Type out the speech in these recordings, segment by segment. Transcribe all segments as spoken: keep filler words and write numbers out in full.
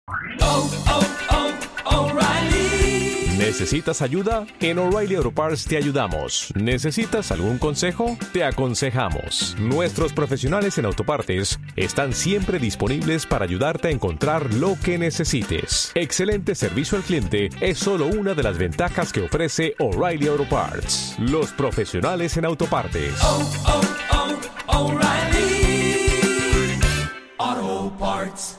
Oh, oh, oh, O'Reilly. ¿Necesitas ayuda? En O'Reilly Auto Parts te ayudamos. ¿Necesitas algún consejo? Te aconsejamos. Nuestros profesionales en autopartes están siempre disponibles para ayudarte a encontrar lo que necesites. Excelente servicio al cliente es solo una de las ventajas que ofrece O'Reilly Auto Parts. Los profesionales en autopartes. Oh, oh, oh, O'Reilly Auto Parts.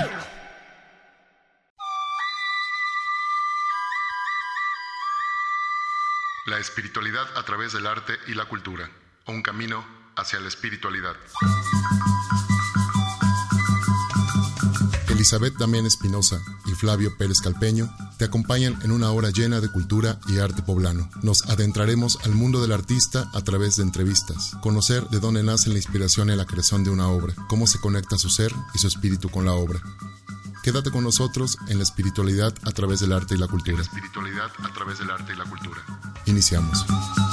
La espiritualidad a través del arte y la cultura. Un camino hacia la espiritualidad. Elizabeth Damián Espinosa y Flavio Pérez Calpeño te acompañan en una hora llena de cultura y arte poblano. Nos adentraremos al mundo del artista a través de entrevistas, conocer de dónde nace la inspiración y la creación de una obra, cómo se conecta su ser y su espíritu con la obra. Quédate con nosotros en la espiritualidad a través del arte y la cultura. La espiritualidad a través del arte y la cultura. Iniciamos.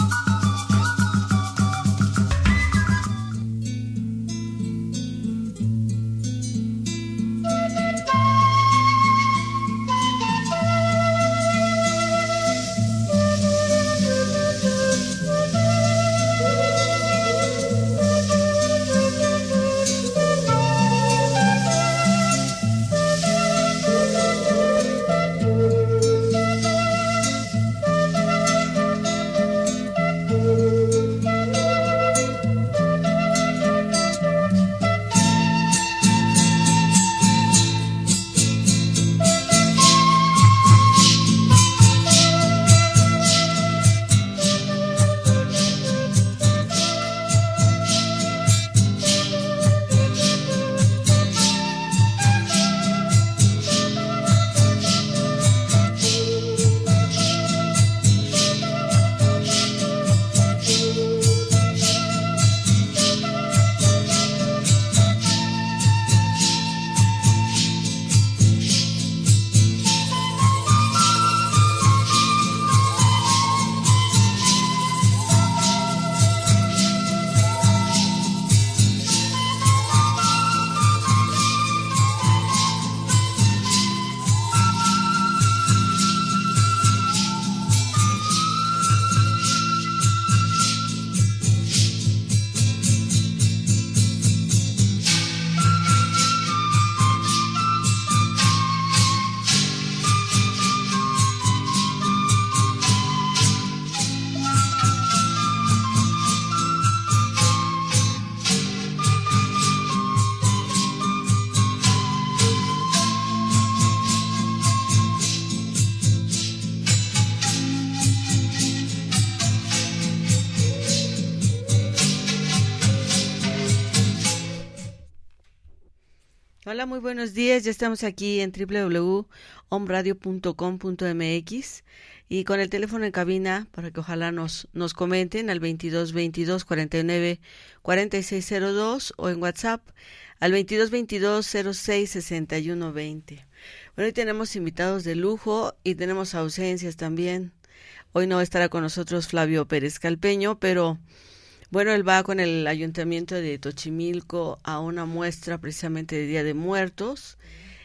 Hola, muy buenos días. Ya estamos aquí en doble u doble u doble u punto om radio punto com punto eme equis y con el teléfono en cabina para que ojalá nos nos comenten al veintidós veintidós cuarenta y nueve cuarenta y seis cero dos o en WhatsApp al veintidós veintidós cero seis sesenta y uno veinte. Bueno, hoy tenemos invitados de lujo y tenemos ausencias también. Hoy no estará con nosotros Flavio Pérez Calpeño, pero bueno, él va con el Ayuntamiento de Xochimilco a una muestra precisamente de Día de Muertos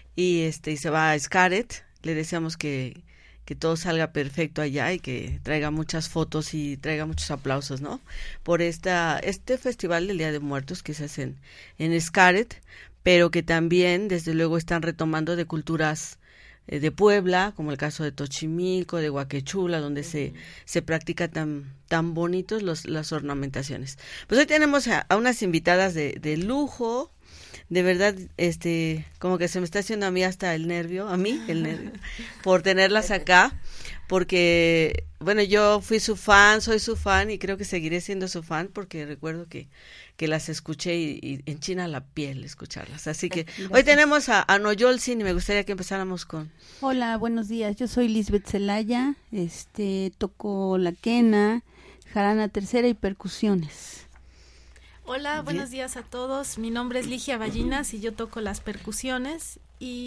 y este y se va a Xcaret. Le deseamos que, que todo salga perfecto allá y que traiga muchas fotos y traiga muchos aplausos, ¿no? Por esta este festival del Día de Muertos que se hace en, en Xcaret, pero que también, desde luego, están retomando de culturas de Puebla, como el caso de Xochimilco, de Huaquechula, donde uh-huh. se, se practica tan, tan bonitos los, las ornamentaciones. Pues hoy tenemos a, a unas invitadas de, de lujo, de verdad, este, como que se me está haciendo a mí hasta el nervio, a mí el nervio, por tenerlas acá, porque, bueno, yo fui su fan, soy su fan y creo que seguiré siendo su fan porque recuerdo que que las escuché y, y enchina la piel escucharlas. Así que gracias. Hoy tenemos a, a Noyolsin y me gustaría que empezáramos con... Hola, buenos días. Yo soy Lisbeth Zelaya, este, toco la quena, jarana tercera y percusiones. Hola, buenos días a todos. Mi nombre es Ligia Ballinas y yo toco las percusiones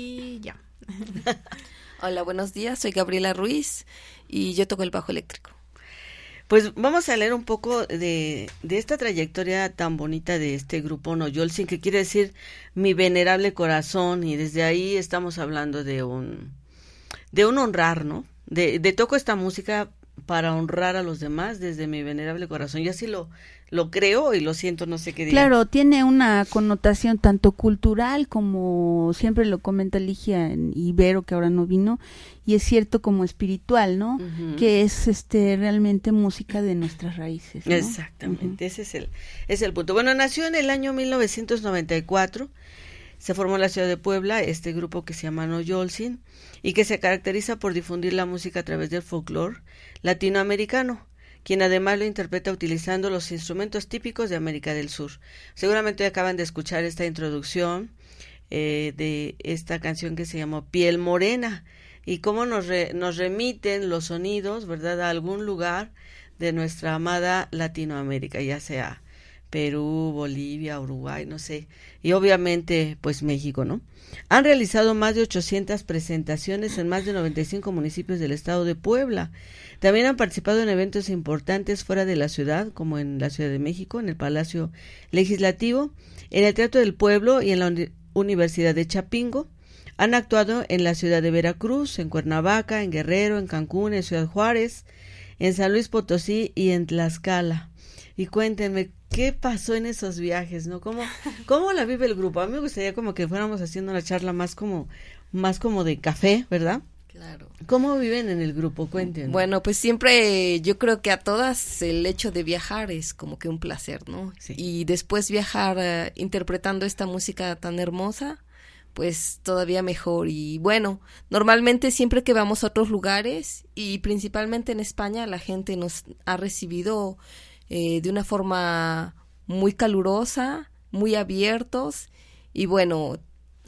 y ya. Hola, buenos días. Soy Gabriela Ruiz y yo toco el bajo eléctrico. Pues vamos a leer un poco de, de esta trayectoria tan bonita de este grupo Noyolsin, que quiere decir mi venerable corazón, y desde ahí estamos hablando de un de un honrar, ¿no? De, de toco esta música para honrar a los demás desde mi venerable corazón. Yo así lo lo creo y lo siento, no sé qué diga. Claro, tiene una connotación tanto cultural como siempre lo comenta Ligia en Ibero, que ahora no vino, y es cierto, como espiritual, ¿no? Uh-huh. Que es este realmente música de nuestras raíces, ¿no? Exactamente, uh-huh. ese es el es el punto. Bueno, nació en el año mil novecientos noventa y cuatro. Se formó en la ciudad de Puebla este grupo que se llama Noyolsin y que se caracteriza por difundir la música a través del folclore latinoamericano, quien además lo interpreta utilizando los instrumentos típicos de América del Sur. Seguramente acaban de escuchar esta introducción eh, de esta canción que se llamó Piel Morena, y cómo nos, re, nos remiten los sonidos, ¿verdad?, a algún lugar de nuestra amada Latinoamérica, ya sea Perú, Bolivia, Uruguay, no sé, y obviamente pues México, ¿no? Han realizado más de ochocientas presentaciones en más de noventa y cinco municipios del estado de Puebla. También han participado en eventos importantes fuera de la ciudad, como en la Ciudad de México, en el Palacio Legislativo, en el Teatro del Pueblo y en la Uni- Universidad de Chapingo. Han actuado en la ciudad de Veracruz, en Cuernavaca, en Guerrero, en Cancún, en Ciudad Juárez, en San Luis Potosí y en Tlaxcala. Y cuéntenme, ¿qué pasó en esos viajes, no? ¿Cómo, cómo la vive el grupo? A mí me gustaría como que fuéramos haciendo una charla más como, más como de café, ¿verdad? Claro. ¿Cómo viven en el grupo? Cuéntenos. Bueno, pues siempre yo creo que a todas el hecho de viajar es como que un placer, ¿no? Sí. Y después viajar uh, interpretando esta música tan hermosa, pues todavía mejor. Y bueno, normalmente siempre que vamos a otros lugares y principalmente en España, la gente nos ha recibido Eh, de una forma muy calurosa, muy abiertos, y bueno,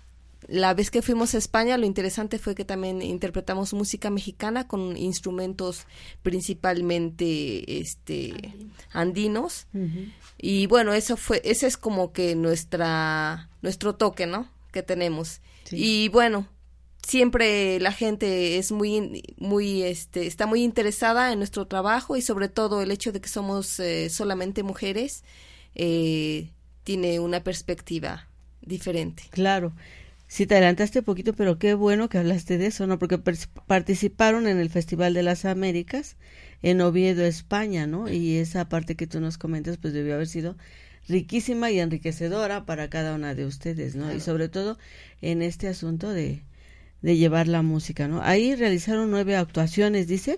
la vez que fuimos a España lo interesante fue que también interpretamos música mexicana con instrumentos principalmente este andinos, uh-huh. Y bueno, eso fue, ese es como que nuestra nuestro toque, ¿no?, que tenemos. Sí. Y bueno, siempre la gente es muy, muy, este, está muy interesada en nuestro trabajo, y sobre todo el hecho de que somos eh, solamente mujeres eh, tiene una perspectiva diferente. Claro, sí te adelantaste un poquito, pero qué bueno que hablaste de eso, ¿no? Porque per- participaron en el Festival de las Américas en Oviedo, España, ¿no? Y esa parte que tú nos comentas, pues debió haber sido riquísima y enriquecedora para cada una de ustedes, ¿no? Claro. Y sobre todo en este asunto de de llevar la música, ¿no? Ahí realizaron nueve actuaciones, dice,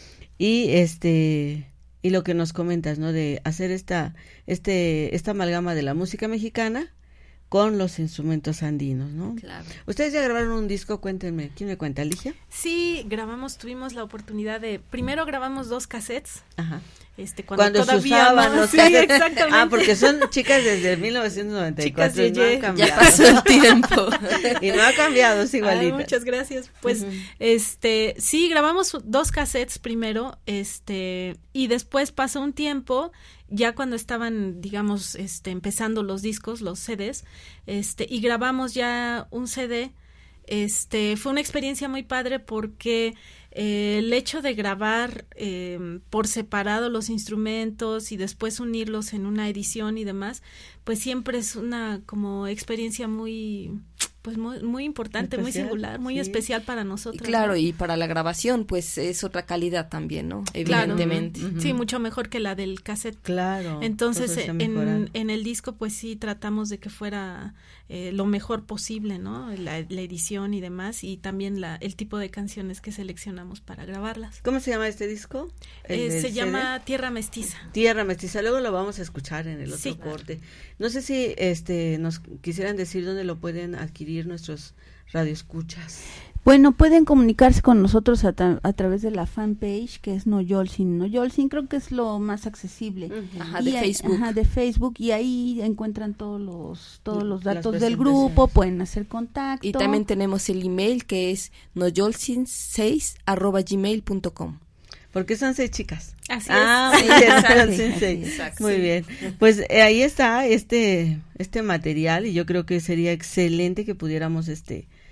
y este y lo que nos comentas, ¿no?, de hacer esta este esta amalgama de la música mexicana con los instrumentos andinos, ¿no? Claro. Ustedes ya grabaron un disco, cuéntenme, ¿quién me cuenta, Ligia? Sí, grabamos, tuvimos la oportunidad de, primero grabamos dos cassettes. Ajá. Este, cuando, cuando todavía se usaban no, los sí, cassettes. exactamente. Ah, porque son chicas desde mil novecientos noventa y cuatro y no han cambiado. Ya pasó el tiempo. Y no ha cambiado, es igualita. Ah, muchas gracias. Pues, uh-huh. este, sí, grabamos dos cassettes primero, este, y después pasó un tiempo, ya cuando estaban, digamos, este, empezando los discos, los C Ds, este, y grabamos ya un C D. Este, fue una experiencia muy padre porque eh, el hecho de grabar eh, por separado los instrumentos y después unirlos en una edición y demás, pues siempre es una como experiencia muy, pues muy, muy importante, especial, muy singular, muy sí. especial para nosotros. Y claro, ¿no? Y para la grabación, pues es otra calidad también, ¿no? Evidentemente. Claro. Uh-huh. Sí, mucho mejor que la del cassette. Claro. Entonces, en, en el disco, pues sí, tratamos de que fuera eh, lo mejor posible, ¿no? La, la edición y demás, y también la, el tipo de canciones que seleccionamos para grabarlas. ¿Cómo se llama este disco? Eh, se C D? Llama Tierra Mestiza. Tierra Mestiza, luego lo vamos a escuchar en el otro sí. corte. No sé si este nos quisieran decir dónde lo pueden adquirir nuestros radioescuchas. Bueno, pueden comunicarse con nosotros a, tra- a través de la fanpage, que es Noyolsin. Noyolsin creo que es lo más accesible. Uh-huh. Ajá, y de ahí, Facebook. Ajá, de Facebook, y ahí encuentran todos los todos los datos del grupo, pueden hacer contacto. Y también tenemos el email, que es noyolsin seis arroba gmail punto com. Porque son seis chicas. Así ah, es. Muy bien, exacto, sí, sí. Exacto, muy sí. bien. Pues eh, ahí está este este material, y yo creo que sería excelente que pudiéramos este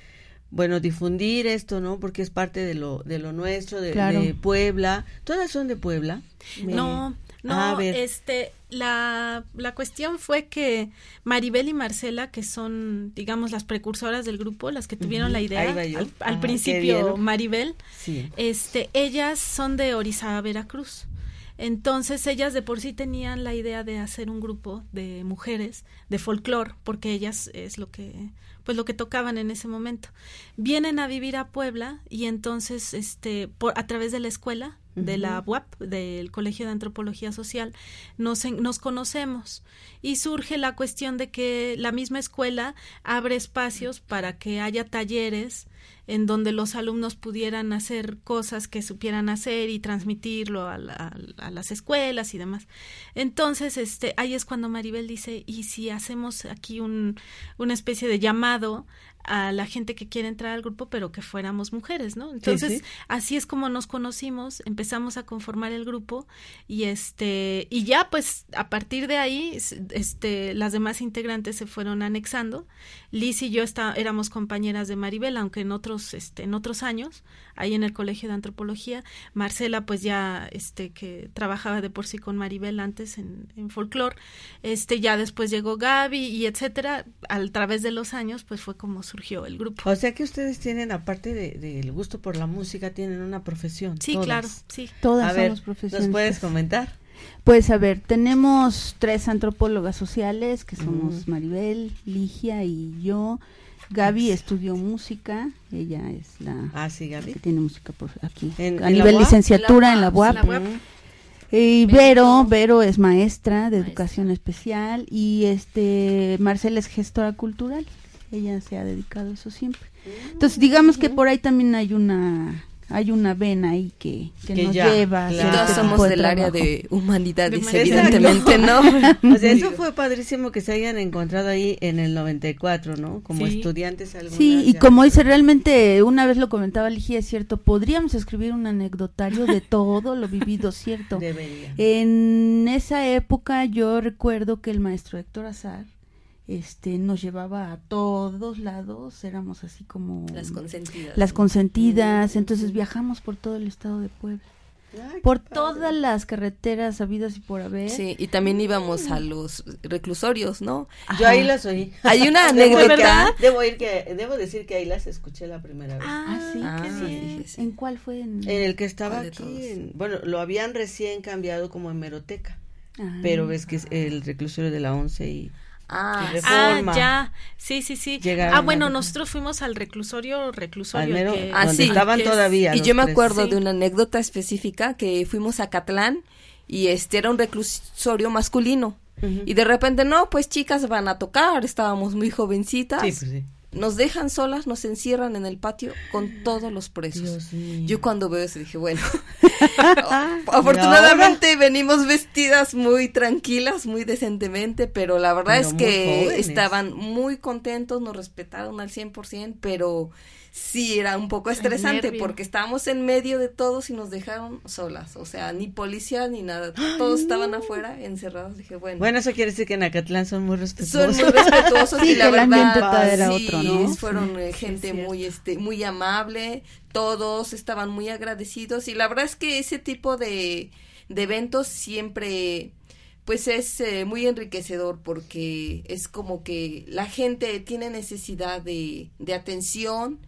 bueno, difundir esto, ¿no? Porque es parte de lo de lo nuestro, de, Claro. de Puebla. ¿Todas son de Puebla? Me- No, no, A ver. este, la, la cuestión fue que Maribel y Marcela, que son, digamos, las precursoras del grupo, las que tuvieron Ujú, la idea, ahí va yo. al, al Ah, qué principio bien. Maribel, Sí. este, ellas son de Orizaba, Veracruz. Entonces ellas de por sí tenían la idea de hacer un grupo de mujeres de folclore, porque ellas es lo que, pues lo que tocaban en ese momento. Vienen a vivir a Puebla y entonces, este, por a través de la escuela, de la U A P, del Colegio de Antropología Social, nos, en- nos conocemos y surge la cuestión de que la misma escuela abre espacios para que haya talleres en donde los alumnos pudieran hacer cosas que supieran hacer y transmitirlo a, la- a las escuelas y demás. Entonces, este, ahí es cuando Maribel dice, ¿y si hacemos aquí un, una especie de llamado a la gente que quiere entrar al grupo, pero que fuéramos mujeres, ¿no? Entonces, sí. así es como nos conocimos, empezamos a conformar el grupo y este, y ya pues a partir de ahí, s- este, las demás integrantes se fueron anexando. Liz y yo está, éramos compañeras de Maribel, aunque en otros, este, en otros años, ahí en el Colegio de Antropología. Marcela, pues ya, este, que trabajaba de por sí con Maribel antes en, en folclore, este, ya después llegó Gaby y etcétera. A través de los años, pues fue como surgió el grupo. O sea que ustedes tienen, aparte de- del gusto por la música, tienen una profesión. Sí, todas. claro, sí. Todas A ver, somos profesionistas. ¿nos puedes comentar? Pues a ver, tenemos tres antropólogas sociales, que somos Mm. Maribel, Ligia y yo. Gaby estudió música, ella es la Ah, sí, que Gaby. tiene música por aquí, ¿En- a en la nivel U A P? licenciatura en la U A P. En la U A P. Mm. Y Benito. Vero, Vero es maestra de Maestra. educación especial y este Marcela es gestora cultural. Ella se ha dedicado a eso siempre. Entonces, digamos que por ahí también hay una hay una vena ahí que, que, Que nos ya, lleva a hacer claro. Todas este somos tipo de del área trabajo. de humanidades, De evidentemente, ¿no? O sea, eso fue padrísimo que se hayan encontrado ahí en el noventa y cuatro, ¿no? Como Sí. estudiantes algunas. Sí, y ya. como dice, realmente, una vez lo comentaba Ligia, es cierto, podríamos escribir un anecdotario de todo lo vivido, ¿cierto? Debería. En esa época yo recuerdo que el maestro Héctor Azar este, nos llevaba a todos lados, éramos así como Las consentidas. las consentidas, Mm, entonces mm. viajamos por todo el estado de Puebla, Ay, por qué todas padre. las carreteras habidas y por haber. Sí, y también íbamos a los reclusorios, ¿no? Yo ahí las oí. Hay una Debo anécdota. ir que- Debo, ir que, debo decir que ahí las escuché la primera vez. Ah, sí, Ah, qué bien. fíjese. ¿En cuál fue? En... En el que estaba ¿Cuál de aquí, todos? en- bueno, lo habían recién cambiado como hemeroteca, Ah. pero ves que es el reclusorio de la once y Ah, Y Ah, Reforma. ya, sí, sí, sí. Llegaron Ah, a bueno, Reforma. nosotros fuimos al reclusorio, reclusorio. al mero, que- Ah, donde sí, estaban que es- todavía. y los yo me tres. acuerdo Sí. de una anécdota específica que fuimos a Catlán y este era un reclusorio masculino. Ujú. Y de repente, no, pues chicas van a tocar, estábamos muy jovencitas. Sí, pues sí. Nos dejan solas, nos encierran en el patio con todos los presos. Dios mío. Yo cuando veo eso dije, bueno, afortunadamente venimos vestidas muy tranquilas, muy decentemente, pero la verdad Pero es muy que jóvenes. estaban muy contentos, nos respetaron al cien por ciento, pero sí era un poco estresante nervio. porque estábamos en medio de todos y nos dejaron solas, o sea, ni policía ni nada, todos estaban afuera encerrados, dije, bueno. Bueno, eso quiere decir que en Acatlán son muy Son respetuosos. muy respetuosos Sí, y la que el ambiente verdad todo era sí, otro, ¿no? fueron Sí. eh, Sí, gente es cierto. muy este muy amable, todos estaban muy agradecidos y la verdad es que ese tipo de, de eventos siempre pues es eh, muy enriquecedor porque es como que la gente tiene necesidad de, de atención,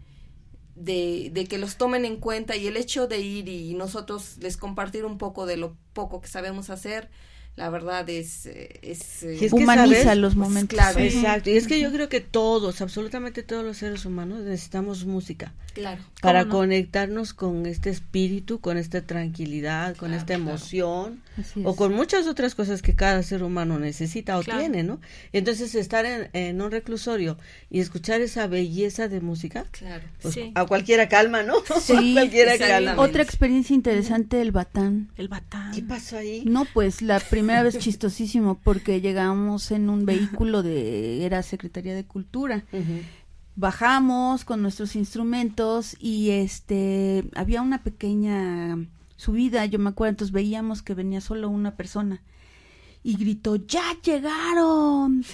de, de que los tomen en cuenta y el hecho de ir y nosotros les compartir un poco de lo poco que sabemos hacer, la verdad es... eh, es, eh, Y es que, Humaniza ¿sabes? los Pues, momentos. claro. Exacto, y es que yo creo que todos, absolutamente todos los seres humanos necesitamos música claro. para no? conectarnos con este espíritu, con esta tranquilidad, con Claro, esta claro. emoción, Así o es. con muchas otras cosas que cada ser humano necesita o Claro. tiene, ¿no? Entonces estar en, en un reclusorio y escuchar esa belleza de música, Claro. pues Sí. a cualquiera calma, ¿no? Sí, a cualquiera exactamente. calma. Otra experiencia interesante, el batán. El batán. ¿Qué pasó ahí? No, pues la primera vez chistosísimo porque llegamos en un vehículo de, era Secretaría de Cultura. Ujú. Bajamos con nuestros instrumentos y este, había una pequeña subida, yo me acuerdo, entonces veíamos que venía solo una persona y gritó, ¡ya llegaron!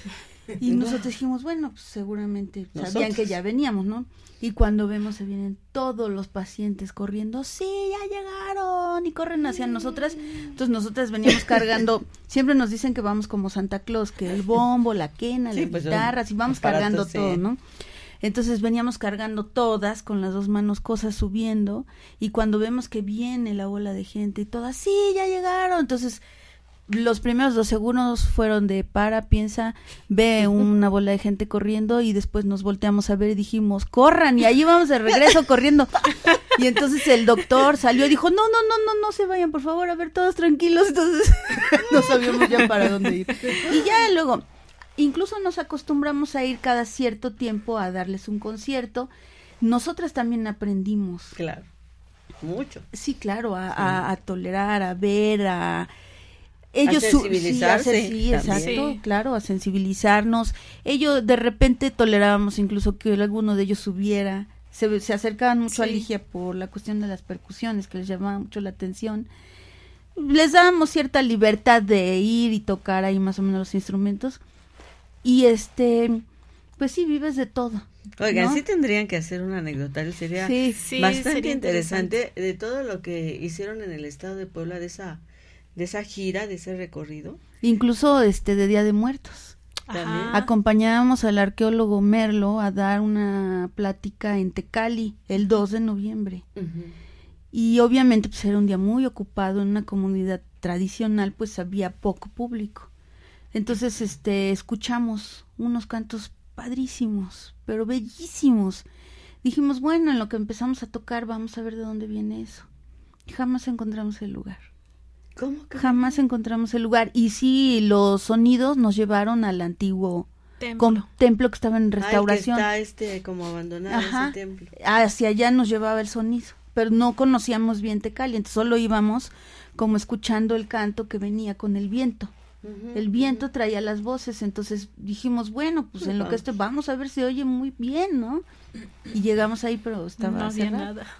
Y nosotros dijimos, bueno, pues seguramente Nosotros. sabían que ya veníamos, ¿no? Y cuando vemos se vienen todos los pacientes corriendo, sí, ya llegaron, y corren hacia nosotras. Entonces nosotras veníamos cargando, siempre nos dicen que vamos como Santa Claus, que el bombo, la quena, Sí, las pues, guitarras, y vamos aparatos, cargando sí. todo, ¿no? Entonces veníamos cargando todas con las dos manos cosas subiendo, y cuando vemos que viene la bola de gente y todas, sí, ya llegaron, entonces los primeros dos segundos fueron de para, piensa, ve una bola de gente corriendo, y después nos volteamos a ver y dijimos, corran, y allí vamos de regreso corriendo. Y entonces el doctor salió y dijo, no, no, no, no, no se vayan, por favor, a ver, todos tranquilos. Entonces no sabíamos ya para dónde ir. Y ya luego, incluso nos acostumbramos a ir cada cierto tiempo a darles un concierto. Nosotras también aprendimos. Claro, mucho. Sí, claro, a, a, a tolerar, a ver, a... Ellos A su- sensibilizarse sí, a ser- sí, también. exacto, Sí. claro, a sensibilizarnos. Ellos de repente tolerábamos incluso que alguno de ellos subiera. Se, se acercaban mucho a Sí. Ligia por la cuestión de las percusiones, que les llamaba mucho la atención. Les dábamos cierta libertad de ir y tocar ahí más o menos los instrumentos. Y este, pues sí, vives de todo. Oigan, ¿no? sí tendrían que hacer un anecdotario, sería Sí, Sí, bastante sería interesante de todo lo que hicieron en el estado de Puebla, de esa de esa gira, de ese recorrido. incluso este de Día de Muertos. También. Ajá. Acompañábamos al arqueólogo Merlo a dar una plática en Tecali el dos de noviembre. Ujú. Y obviamente pues era un día muy ocupado en una comunidad tradicional, pues había poco público. Entonces este escuchamos unos cantos padrísimos, pero bellísimos. Dijimos, bueno, en lo que empezamos a tocar vamos a ver de dónde viene eso. Y jamás encontramos el lugar. ¿Cómo que? Jamás encontramos el lugar. Y sí, los sonidos nos llevaron al antiguo Templo. com- templo que estaba en Ah, el que restauración. está este como abandonado Ajá. ese templo. Hacia allá nos llevaba el sonido, pero no conocíamos bien Tecali, entonces solo íbamos como escuchando el canto que venía con el viento. Ujú. El viento traía las voces, entonces dijimos, bueno, pues en lo que esto vamos a ver si oye muy bien, ¿no? Y llegamos ahí, pero estaba No había cerrado. nada.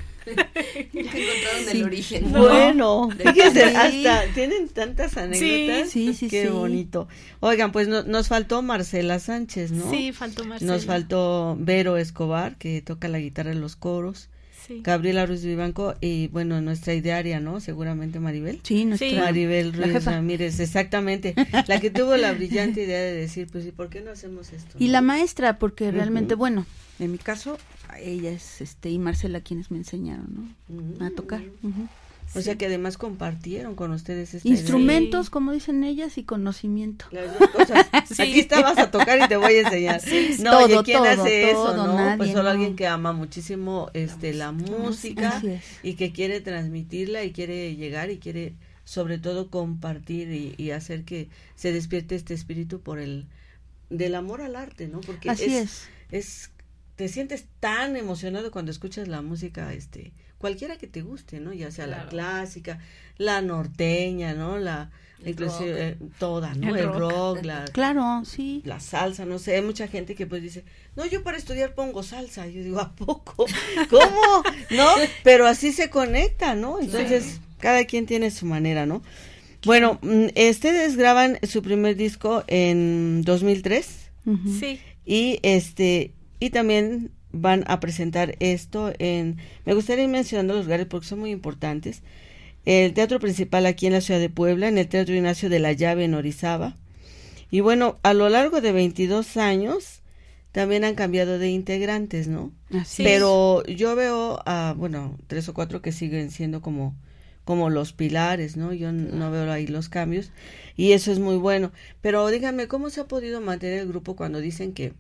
Encontraron Sí. el origen. Bueno, fíjense, Sí. hasta tienen tantas anécdotas. Sí, sí, Qué sí. bonito. Oigan, pues no- nos faltó Marcela Sánchez, ¿no? Sí, faltó Marcela. Nos faltó Vero Escobar, que toca la guitarra en los coros. Sí. Gabriela Ruiz Vivanco y, bueno, nuestra idearia, ¿no? Seguramente Maribel. Sí, nuestra Sí. Maribel la Ruiz jefa. Ramírez, exactamente. La que tuvo la brillante idea de decir, pues, ¿y por qué no hacemos esto? Y no? la maestra, porque realmente, Ujú. bueno, en mi caso, ella es, este, y Marcela quienes me enseñaron, ¿no? Ujú. A tocar. Ujú. O sea que además compartieron con ustedes esta Instrumentos, Sí. como dicen ellas, y conocimiento. idea. Las dos cosas. Sí. Aquí estabas a tocar y te voy a enseñar. no, todo, oye, ¿quién todo, hace todo, eso, no? nadie, Pues solo no. alguien que ama muchísimo este la música Así es. y que quiere transmitirla y quiere llegar y quiere sobre todo compartir y, y hacer que se despierte este espíritu por el del amor al arte, ¿no? Porque Así es. es te sientes tan emocionado cuando escuchas la música, este, cualquiera que te guste, ¿no? Ya sea la Claro. clásica, la norteña, ¿no? La, El inclusive rock. eh, toda, ¿no? El El rock. rock, la, Claro, sí. la salsa, no sé, hay mucha gente que pues dice, no, yo para estudiar pongo salsa, yo digo, ¿a poco? ¿Cómo? ¿No? Pero así se conecta, ¿no? Entonces, Sí. cada quien tiene su manera, ¿no? Bueno, mm, ustedes graban su primer disco en dos mil tres Ujú. Sí. y este y también van a presentar esto en, me gustaría ir mencionando los lugares porque son muy importantes. El teatro principal aquí en la ciudad de Puebla, en el Teatro Ignacio de la Llave en Orizaba. Y bueno, a lo largo de veintidós años también han cambiado de integrantes, ¿no? Así Sí. Pero yo veo a, bueno, tres o cuatro que siguen siendo como como los pilares, ¿no? Yo n- no veo ahí los cambios y eso es muy bueno. Pero díganme, ¿cómo se ha podido mantener el grupo cuando dicen que,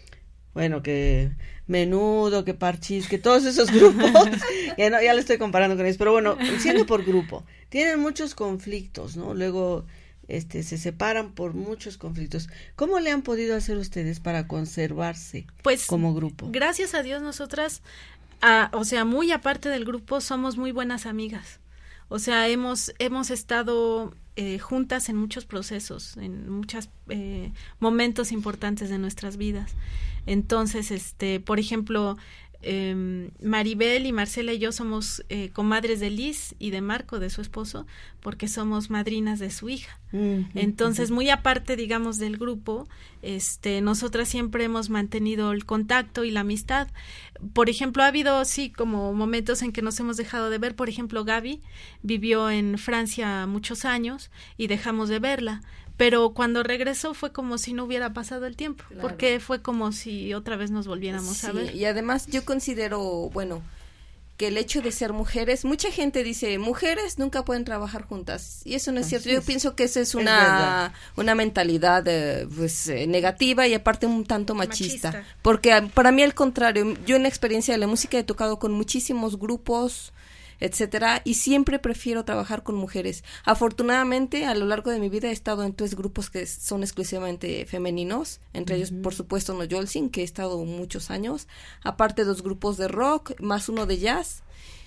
bueno, que Menudo, que Parchís, que todos esos grupos, ya, no, ya lo estoy comparando con ellos, pero bueno, siendo por grupo, tienen muchos conflictos, ¿no? Luego este se separan por muchos conflictos. ¿Cómo le han podido hacer ustedes para conservarse Pues como grupo? gracias a Dios nosotras, a- o sea, muy aparte del grupo, somos muy buenas amigas. O sea, hemos hemos estado eh, juntas en muchos procesos, en muchos eh, momentos importantes de nuestras vidas. Entonces, este, por ejemplo, eh, Maribel y Marcela y yo somos eh, comadres de Liz y de Marco, de su esposo, porque somos madrinas de su hija. Uh-huh, Entonces, uh-huh. muy aparte, digamos, del grupo, este, nosotras siempre hemos mantenido el contacto y la amistad. Por ejemplo, ha habido, sí, como momentos en que nos hemos dejado de ver. Por ejemplo, Gaby vivió en Francia muchos años y dejamos de verla. Pero cuando regresó fue como si no hubiera pasado el tiempo, claro. porque fue como si otra vez nos volviéramos sí, a ver. Y además yo considero, bueno, que el hecho de ser mujeres, mucha gente dice, mujeres nunca pueden trabajar juntas, y eso no es Así cierto. Yo es. pienso que esa es una, es una mentalidad eh, pues eh, negativa y aparte un tanto machista, machista, porque para mí al contrario, yo en la experiencia de la música he tocado con muchísimos grupos, etcétera, y siempre prefiero trabajar con mujeres. Afortunadamente, a lo largo de mi vida he estado en tres grupos que son exclusivamente femeninos, entre uh-huh. ellos, por supuesto, No Yolcin, que he estado muchos años, aparte dos grupos de rock, más uno de jazz,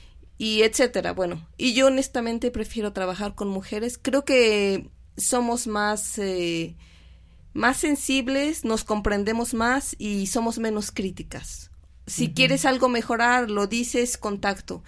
y etcétera, bueno, y yo honestamente prefiero trabajar con mujeres. Creo que somos más, eh, más sensibles, nos comprendemos más y somos menos críticas. Si uh-huh. quieres algo mejorar, lo dices, contacto.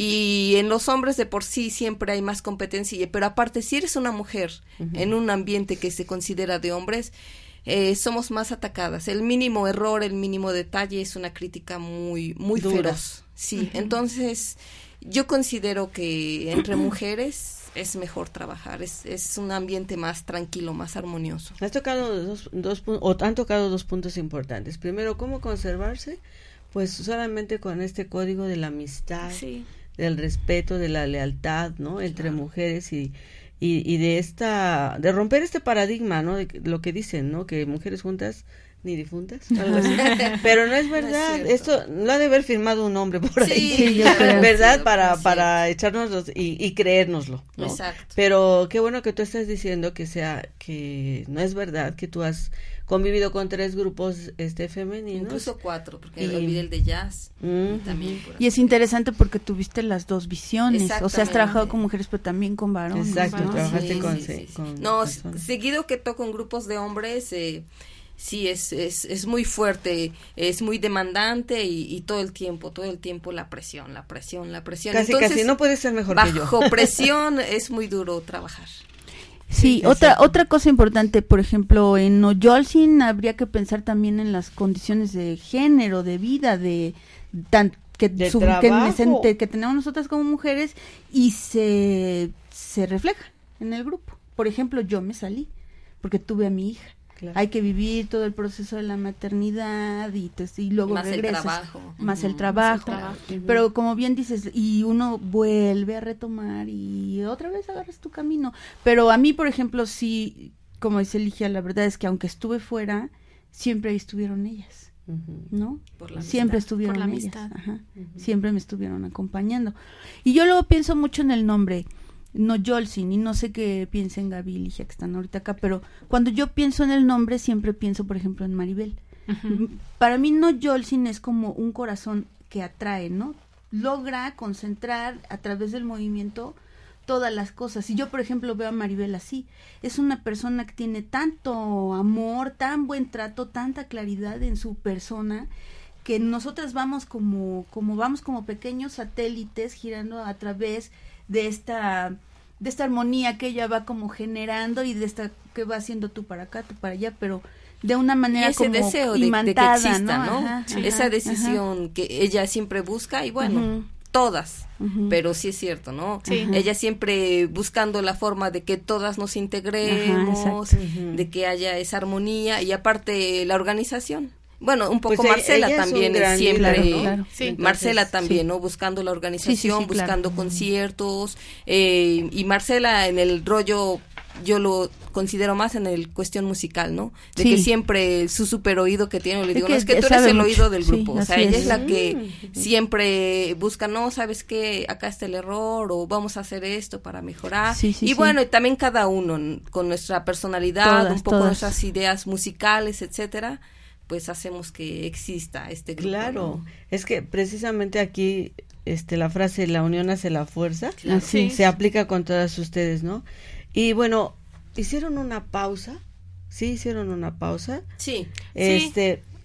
Y en los hombres de por sí siempre hay más competencia, pero aparte si eres una mujer uh-huh. en un ambiente que se considera de hombres, eh, somos más atacadas. El mínimo error, el mínimo detalle es una crítica muy muy Dura. feroz. Sí, uh-huh. entonces yo considero que entre mujeres es mejor trabajar, es, es un ambiente más tranquilo, más armonioso. Has tocado dos, dos o han tocado dos puntos importantes. Primero, cómo conservarse, pues solamente con este código de la amistad. Sí. Del respeto, de la lealtad, ¿no? Entre claro. mujeres y, y, y de esta, de romper este paradigma, ¿no? De lo que dicen, ¿no? Que mujeres juntas ni difuntas, algo así. Pero no es verdad, no es esto lo ha de haber firmado un hombre por sí, ahí, ¿verdad? Sí, para para echárnoslo y, y creérnoslo, ¿no? Exacto. Pero qué bueno que tú estás diciendo que sea, que no es verdad, que tú has convivido con tres grupos este femeninos. Incluso cuatro, porque y, olvidé el de jazz. Uh-huh. También y es interesante porque tuviste las dos visiones, o sea, has trabajado con mujeres pero también con varones. Exacto, ¿no? trabajaste sí, con, sí, sí, sí. con No, personas. Seguido que toco en grupos de hombres, eh, sí, es, es, es muy fuerte, es muy demandante y, y todo el tiempo, todo el tiempo la presión, la presión, la presión. Casi, Entonces, casi, no puede ser mejor bajo que yo. Bajo presión es muy duro trabajar. Sí, sí, otra otra cosa importante, por ejemplo, en No Yolcin habría que pensar también en las condiciones de género, de vida, de tan que, de su, que, que tenemos nosotras como mujeres y se, se refleja en el grupo. Por ejemplo, yo me salí porque tuve a mi hija. Claro. Hay que vivir todo el proceso de la maternidad y, te, y luego más regresas. El trabajo. Más uh-huh. el trabajo. Más el trabajo. Uh-huh. Pero como bien dices, y uno vuelve a retomar y otra vez agarras tu camino. Pero a mí, por ejemplo, sí, como dice Ligia, la verdad es que aunque estuve fuera, siempre estuvieron ellas. Uh-huh. ¿No? Por la siempre amistad. estuvieron Por la ellas. amistad. Ajá. Uh-huh. Siempre me estuvieron acompañando. Y yo luego pienso mucho en el nombre. No Yolcin, y no sé qué piensen Gaby y Ligia que están ahorita acá, pero cuando yo pienso en el nombre siempre pienso, por ejemplo, en Maribel. Uh-huh. Para mí No Yolcin es como un corazón que atrae, ¿no? Logra concentrar a través del movimiento todas las cosas. Y yo, por ejemplo, veo a Maribel así. Es una persona que tiene tanto amor, tan buen trato, tanta claridad en su persona, que nosotras vamos como, como vamos como pequeños satélites girando a través de esta de esta armonía que ella va como generando y de esta que va haciendo tú para acá, tú para allá, pero de una manera y ese como deseo de, imantada, de que exista, ¿no? ¿no? Ajá, sí. ajá, esa decisión ajá. que ella siempre busca y bueno, uh-huh. todas, uh-huh. pero sí es cierto, ¿no? Sí. Ella siempre buscando la forma de que todas nos integremos, ajá, uh-huh. de que haya esa armonía y aparte la organización. Bueno, un poco pues Marcela ella también es, es siempre, claro, ¿no? Claro. Sí. Marcela Entonces, también, sí. ¿no? Buscando la organización, sí, sí, sí, buscando claro. conciertos, eh, y Marcela en el rollo, yo lo considero más en el cuestión musical, ¿no? De sí. que siempre su super oído que tiene, le digo, es que, no, es que tú eres el mucho. oído del grupo, sí, o sea, ella es, es la que mm. siempre busca, no, ¿sabes qué? Acá está el error, o vamos a hacer esto para mejorar, sí, sí, y sí. bueno, y también cada uno, con nuestra personalidad, todas, un poco todas. nuestras ideas musicales, etcétera, pues hacemos que exista este grupo. Claro, ¿no? Es que precisamente aquí este la frase la unión hace la fuerza, claro. sí. se aplica con todas ustedes, ¿no? Y bueno, hicieron una pausa, sí hicieron una pausa. Sí. Este, sí.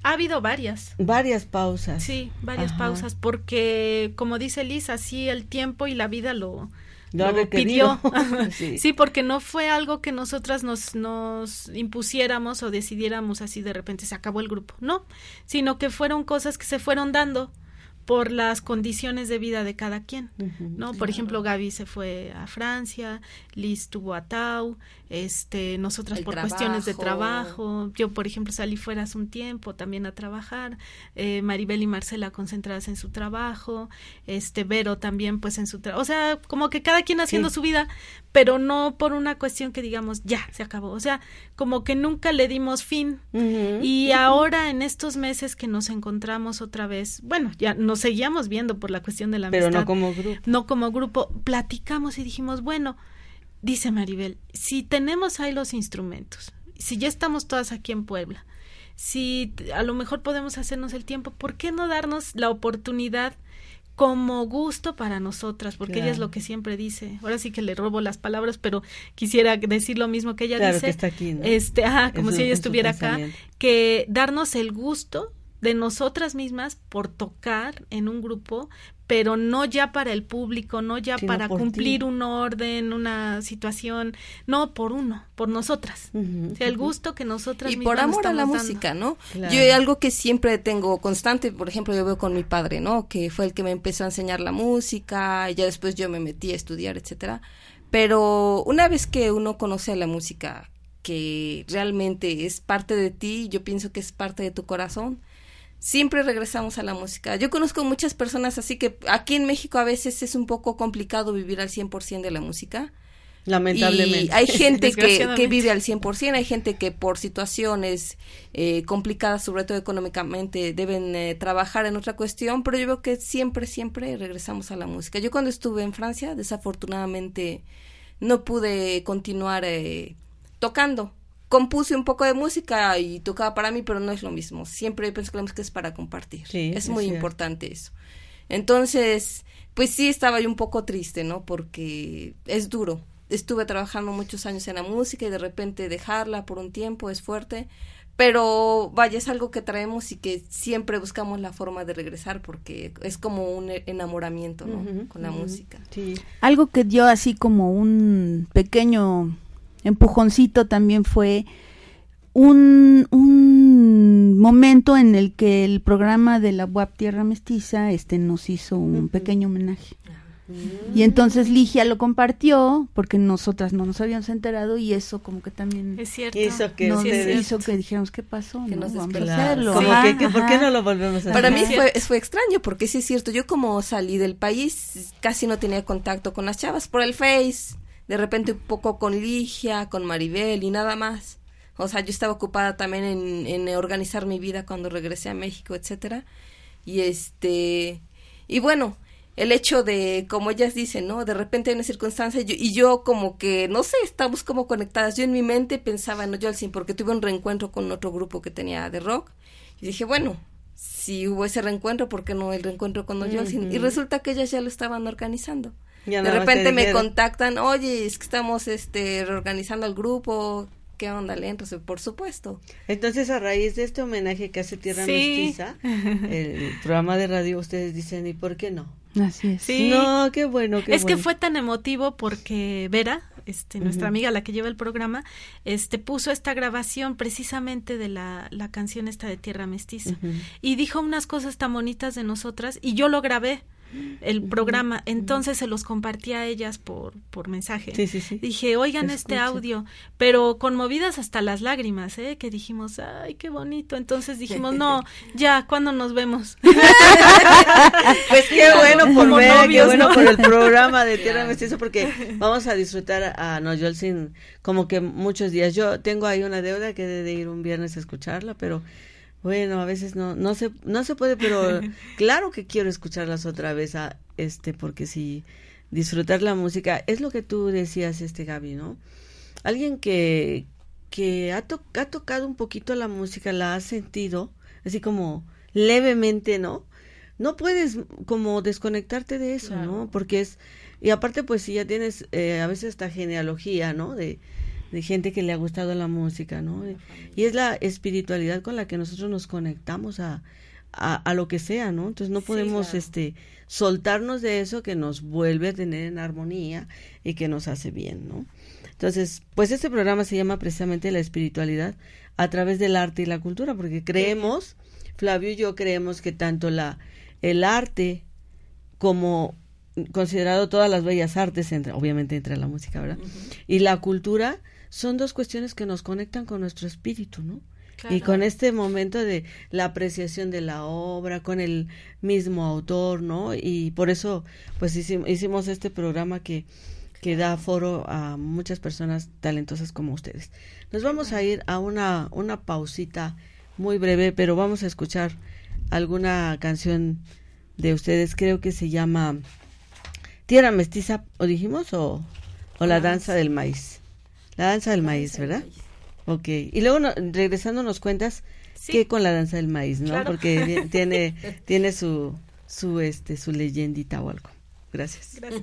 Ha habido varias. Varias pausas. Sí, varias Ajá. pausas, porque como dice Liz, así el tiempo y la vida lo, Lo ha lo requerido. pidió. Sí. Sí, porque no fue algo que nosotras nos, nos impusiéramos o decidiéramos así de repente se acabó el grupo, no, sino que fueron cosas que se fueron dando por las condiciones de vida de cada quien, Ujú, ¿no? Por ejemplo, Gaby se fue a Francia, Liz tuvo a Tau, este, nosotras El por cuestiones de trabajo. trabajo, yo por ejemplo salí fuera hace un tiempo también a trabajar, eh, Maribel y Marcela concentradas en su trabajo, este, Vero también pues en su trabajo, o sea, como que cada quien haciendo Sí. su vida, pero no por una cuestión que digamos, ya, se acabó, o sea, como que nunca le dimos fin, Ujú. y ahora en estos meses que nos encontramos otra vez, bueno, ya nos seguíamos viendo por la cuestión de la Pero amistad, no como grupo. no como grupo, platicamos y dijimos, bueno, dice Maribel, si tenemos ahí los instrumentos, si ya estamos todas aquí en Puebla, si t- a lo mejor podemos hacernos el tiempo, ¿por qué no darnos la oportunidad como gusto para nosotras? Porque ella es Claro. lo que siempre dice, ahora sí que le robo las palabras, pero quisiera decir lo mismo que ella Claro dice, que está aquí, ¿no? este, ajá, como En si su- ella en su estuviera acá, pensamiento. que darnos el gusto de nosotras mismas por tocar en un grupo, pero no ya para el público, no ya Sino para por cumplir ti. un orden, una situación, no por uno, por nosotras. Ujú, O sea, el ujú. gusto que nosotras Y mismas por amor a la estamos dando. música, ¿no? Claro. Yo algo que siempre tengo constante, por ejemplo, yo veo con mi padre, ¿no? Que fue el que me empezó a enseñar la música, y ya después yo me metí a estudiar, etcétera. Pero una vez que uno conoce la música, que realmente es parte de ti, yo pienso que es parte de tu corazón, siempre regresamos a la música. Yo conozco muchas personas así que aquí en México a veces es un poco complicado vivir al cien por ciento de la música. Lamentablemente. Y hay gente que, que Desgraciadamente. vive al cien por ciento, hay gente que por situaciones eh, complicadas, sobre todo económicamente, deben eh, trabajar en otra cuestión, pero yo veo que siempre, siempre regresamos a la música. Yo cuando estuve en Francia, desafortunadamente, no pude continuar eh, tocando. Compuse un poco de música y tocaba para mí, pero no es lo mismo. Siempre pienso que la música es para compartir. Sí, es es muy cierto. importante eso. Entonces, pues sí estaba yo un poco triste, ¿no? Porque es duro. Estuve trabajando muchos años en la música y de repente dejarla por un tiempo es fuerte, pero vaya, es algo que traemos y que siempre buscamos la forma de regresar porque es como un enamoramiento, ¿no? Ujú, Con la ujú. música. Sí. Algo que dio así como un pequeño empujoncito también fue un, un momento en el que el programa de la U A P Tierra Mestiza este nos hizo un Ujú. pequeño homenaje. Y entonces Ligia lo compartió porque nosotras no nos habíamos enterado y eso como que también Es cierto. Hizo que nos Sí, es ustedes- hizo que dijéramos qué pasó, Que ¿no? nos Vamos a despertara. hacerlo. Como Ajá, que, que, ¿por qué ajá. no lo volvemos a hacer? Para mí Sí. fue, fue extraño porque sí es cierto, yo como salí del país casi no tenía contacto con las chavas por el Face, de repente un poco con Ligia, con Maribel y nada más. O sea, yo estaba ocupada también en, en organizar mi vida cuando regresé a México, etcétera. Y este, y bueno, el hecho de, como ellas dicen, ¿no? De repente hay una circunstancia y yo, y yo como que, no sé, estamos como conectadas. Yo en mi mente pensaba en Yolcin porque tuve un reencuentro con otro grupo que tenía de rock. Y dije, bueno, si hubo ese reencuentro, ¿por qué no el reencuentro con Yolcin? Ujú. Y resulta que ellas ya lo estaban organizando. Ya De nada más repente te me dijeron. contactan, oye, es que estamos este reorganizando el grupo, ¿qué onda? Le entro, por supuesto. Entonces, a raíz de este homenaje que hace Tierra Sí. Mestiza, el programa de radio, ustedes dicen, ¿y por qué no? Así es. Sí. No, qué bueno, qué es bueno. que fue tan emotivo porque Vera, este, nuestra Ujú. amiga, la que lleva el programa, este, puso esta grabación precisamente de la, la canción esta de Tierra Mestiza Ujú. y dijo unas cosas tan bonitas de nosotras y yo lo grabé el programa, entonces se los compartí a ellas por, por mensaje. Sí, sí, sí. Dije, oigan Escuchen. este audio, pero conmovidas hasta las lágrimas, ¿eh? Que dijimos, ay, qué bonito. Entonces dijimos, no, ya, ¿cuándo nos vemos? Pues qué bueno por Como ver, qué novios, bueno ¿no? por el programa de Tierra Mestiza, porque vamos a disfrutar a Noyol sin como que muchos días. Yo tengo ahí una deuda que he de ir un viernes a escucharla, pero bueno, a veces no no se no se puede, pero claro que quiero escucharlas otra vez, a, este, porque si disfrutar la música es lo que tú decías, este Gaby, ¿no? Alguien que que ha, to- ha tocado un poquito la música, la ha sentido, así como levemente, ¿no? No puedes como desconectarte de eso, Claro. ¿no? Porque es, y aparte pues si ya tienes eh, a veces esta genealogía, ¿no? De, de gente que le ha gustado la música, ¿no? Y es la espiritualidad con la que nosotros nos conectamos a, a, a lo que sea, ¿no? Entonces no podemos, sí, claro, este, soltarnos de eso que nos vuelve a tener en armonía y que nos hace bien, ¿no? Entonces, pues este programa se llama precisamente La espiritualidad a través del arte y la cultura, porque creemos, Flavio y yo creemos que tanto la el arte como considerado todas las bellas artes, entre, obviamente entre la música, ¿verdad? Uh-huh. Y la cultura son dos cuestiones que nos conectan con nuestro espíritu, ¿no? Claro. Y con este momento de la apreciación de la obra, con el mismo autor, ¿no? Y por eso, pues hicimos, hicimos este programa que que da foro a muchas personas talentosas como ustedes. Nos vamos a ir a una, una pausita muy breve, pero vamos a escuchar alguna canción de ustedes, creo que se llama Tierra Mestiza, ¿o dijimos? O, o La Danza del Maíz. La Danza del Maíz, ¿verdad? Ok, y luego no, regresando nos cuentas sí. qué con La Danza del Maíz, ¿no? Claro. Porque tiene, tiene su, su, este, su leyendita o algo. Gracias. Gracias.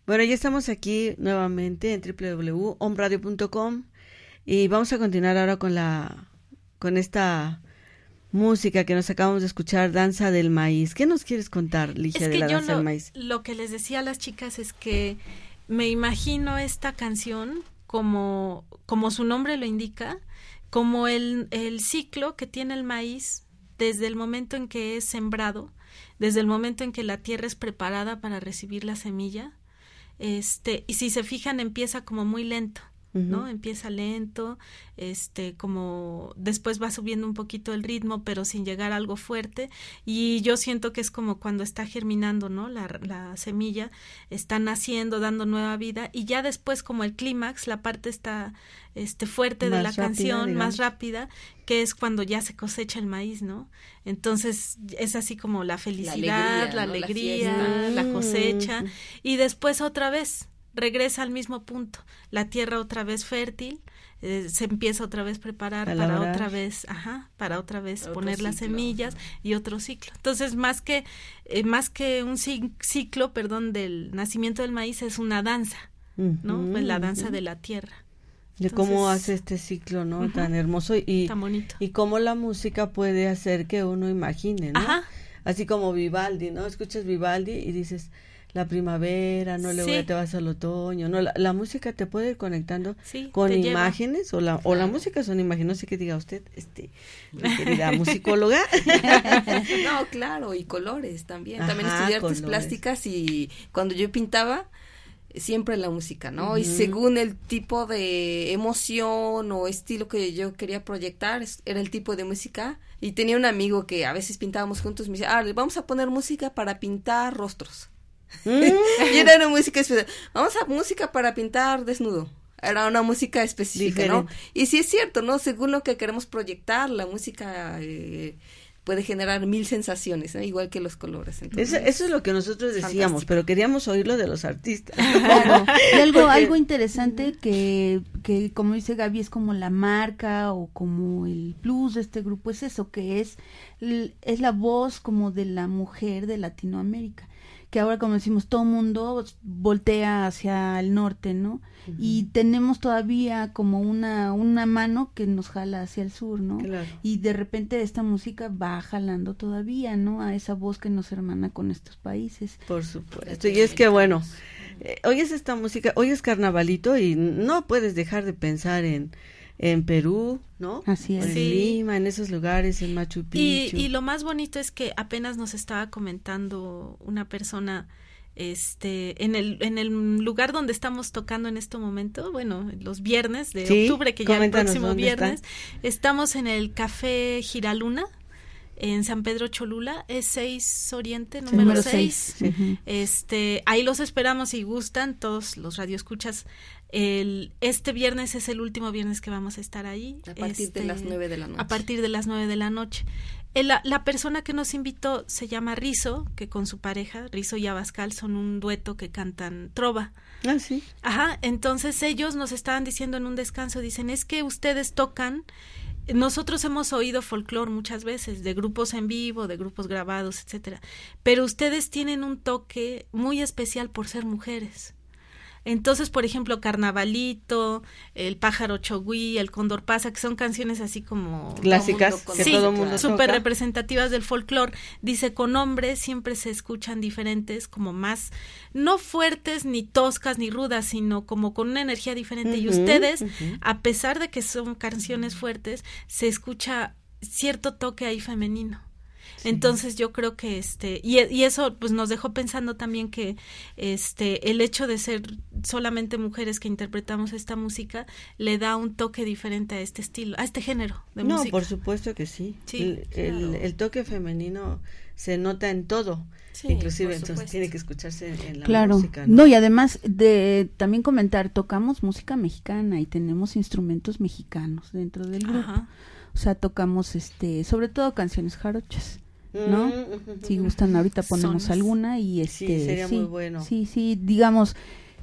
Bueno, ya estamos aquí nuevamente en doble u doble u doble u punto om radio punto com y vamos a continuar ahora con la con esta música que nos acabamos de escuchar, Danza del Maíz. ¿Qué nos quieres contar, Ligia, de la Danza lo, del Maíz? Lo que les decía a las chicas es que me imagino esta canción como, como su nombre lo indica, como el, el ciclo que tiene el maíz desde el momento en que es sembrado, desde el momento en que la tierra es preparada para recibir la semilla. Este, y si se fijan, empieza como muy lento, ¿no? Uh-huh. Empieza lento, este, como después va subiendo un poquito el ritmo, pero sin llegar a algo fuerte, y yo siento que es como cuando está germinando, ¿no? La, la semilla está naciendo, dando nueva vida, y ya después como el clímax, la parte está, este, fuerte más de la rápida, canción, digamos. Más rápida, que es cuando ya se cosecha el maíz, ¿no? Entonces es así como la felicidad, la alegría, la, ¿no? alegría, la, la cosecha, mm. y después otra vez regresa al mismo punto, la tierra otra vez fértil, eh, se empieza otra vez a preparar a para otra vez, ajá, para otra vez otro poner ciclo, las semillas, ajá. y otro ciclo. Entonces, más que eh, más que un ciclo, perdón, del nacimiento del maíz, es una danza, uh-huh, ¿no? Pues la danza uh-huh. de la tierra. De Entonces, cómo hace este ciclo, ¿no? Uh-huh. Tan hermoso y tan bonito. Y cómo la música puede hacer que uno imagine, ¿no? Ajá. Así como Vivaldi, ¿no? Escuchas Vivaldi y dices la primavera, no, luego sí. ya te vas al otoño, no, la, la música te puede ir conectando sí, con imágenes, lleva. o la o la música son imágenes, no sé qué diga usted, este, mi querida musicóloga. No, claro, y colores también, Ajá, también estudié artes plásticas y cuando yo pintaba, siempre la música, ¿no? Uh-huh. Y según el tipo de emoción o estilo que yo quería proyectar, era el tipo de música, y tenía un amigo que a veces pintábamos juntos, me decía, ah, vamos a poner música para pintar rostros. Mm. Y era una música especial. Vamos a música para pintar desnudo. Era una música específica, Diferente. ¿no? Y sí es cierto, ¿no? Según lo que queremos proyectar, la música eh, puede generar mil sensaciones, ¿no? Igual que los colores. Entonces, eso, eso es lo que nosotros decíamos, fantástico. Pero queríamos oírlo de los artistas. Claro. Y algo, Porque... algo interesante que, que, como dice Gaby, es como la marca o como el plus de este grupo, es eso, que es, es la voz como de la mujer de Latinoamérica. Que ahora, como decimos, todo mundo voltea hacia el norte, ¿no? Uh-huh. Y tenemos todavía como una una mano que nos jala hacia el sur, ¿no? Claro. Y de repente esta música va jalando todavía, ¿no? A esa voz que nos hermana con estos países. Por supuesto. Y es que, bueno, eh, oyes esta música, oyes Carnavalito y no puedes dejar de pensar en en Perú, ¿no? Así es. En sí. Lima, en esos lugares, en Machu Picchu. Y, y lo más bonito es que apenas nos estaba comentando una persona, este, en el en el lugar donde estamos tocando en este momento, bueno, los viernes de sí, octubre, que ya el próximo viernes, están. Estamos en el Café Giraluna, en San Pedro Cholula, es seis Oriente, número seis. Uh-huh. Este, ahí los esperamos si gustan, todos los radioescuchas. El, este viernes es el último viernes que vamos a estar ahí. A partir este, de las nueve de la noche. A partir de las nueve de la noche. El, la, la persona que nos invitó se llama Rizo, que con su pareja, Rizo y Abascal, son un dueto que cantan trova. Ah, sí. Ajá, entonces ellos nos estaban diciendo en un descanso, dicen, es que ustedes tocan, nosotros hemos oído folclore muchas veces, de grupos en vivo, de grupos grabados, etcétera, pero ustedes tienen un toque muy especial por ser mujeres. Entonces, por ejemplo, Carnavalito, El Pájaro Chogüí, El Cóndor Pasa, que son canciones así como clásicas, que sí, todo el mundo súper representativas del folclore. Dice, con hombres siempre se escuchan diferentes, como más, no fuertes, ni toscas, ni rudas, sino como con una energía diferente. Uh-huh, y ustedes, uh-huh. a pesar de que son canciones fuertes, se escucha cierto toque ahí femenino. Sí. Entonces yo creo que este y, y eso pues nos dejó pensando también que este el hecho de ser solamente mujeres que interpretamos esta música le da un toque diferente a este estilo, a este género de no, música. No, por supuesto que sí. sí el, claro. el, el toque femenino se nota en todo. Sí, inclusive entonces tiene que escucharse en la claro. música, ¿no? No, y además de también comentar, tocamos música mexicana y tenemos instrumentos mexicanos dentro del grupo. Ajá. O sea, tocamos este, sobre todo canciones jarochas, ¿no? Mm-hmm. Si gustan ahorita ponemos Sones. alguna y este sí, sería sí, muy bueno. Sí, sí, digamos,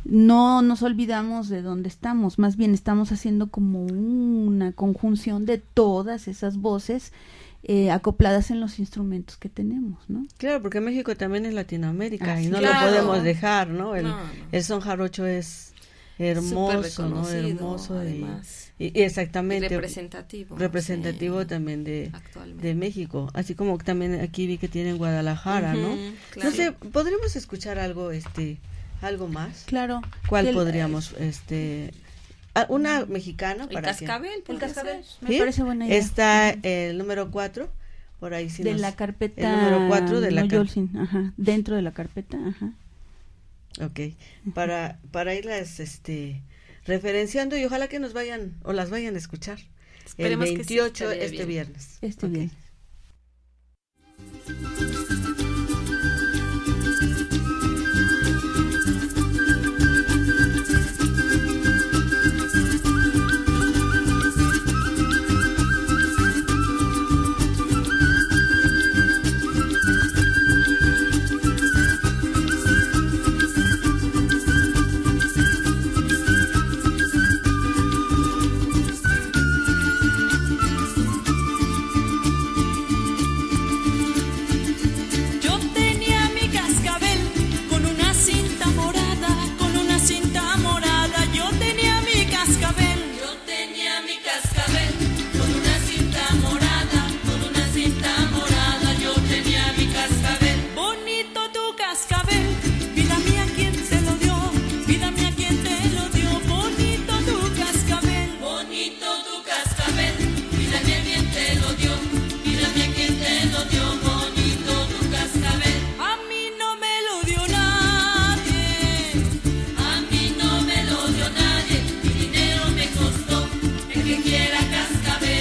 no nos olvidamos de dónde estamos, más bien estamos haciendo como una conjunción de todas esas voces eh, acopladas en los instrumentos que tenemos, ¿no? Claro, porque México también es Latinoamérica Ah, y sí, no claro. lo podemos dejar, ¿no? El, No, no. el son jarocho es hermoso, ¿no? Súper reconocido, Hermoso y, además. y- y exactamente Y representativo. representativo Sí, también de, actualmente. de México, así como también aquí vi que tienen Guadalajara, ¿no? Ujú, claro. No sé, ¿podríamos escuchar algo, este, algo más? Claro. ¿Cuál El- podríamos, este, ah, una mexicana El para que- cascabel. El podría cascabel. ser. Me ¿Sí? parece buena idea. Está el número cuatro, por ahí sí de nos- la carpeta. el número cuatro de la no, car- Yolcin, ajá, dentro de la carpeta, ajá. Ok, para, para irlas, este, referenciando y ojalá que nos vayan, o las vayan a escuchar. Esperemos el que sí, veintiocho estaría este bien. viernes. Este Ok. bien. Yo tenía mi cascabel con una cinta morada, con una cinta morada. Yo tenía mi cascabel. Yo tenía mi cascabel con una cinta morada, con una cinta morada. Yo tenía mi cascabel. Bonito tu cascabel, vida mía, ¿quién te lo dio? Vida mía, ¿quién te lo dio? Bonito tu cascabel. Bonito tu cascabel, vida mía, ¿quién te lo dio? Vida mía, ¿quién te lo dio? Bonito tu cascabel. A mí no me lo dio nadie. A mí no me lo dio nadie. Mi dinero me costó. El que quiera cascabel,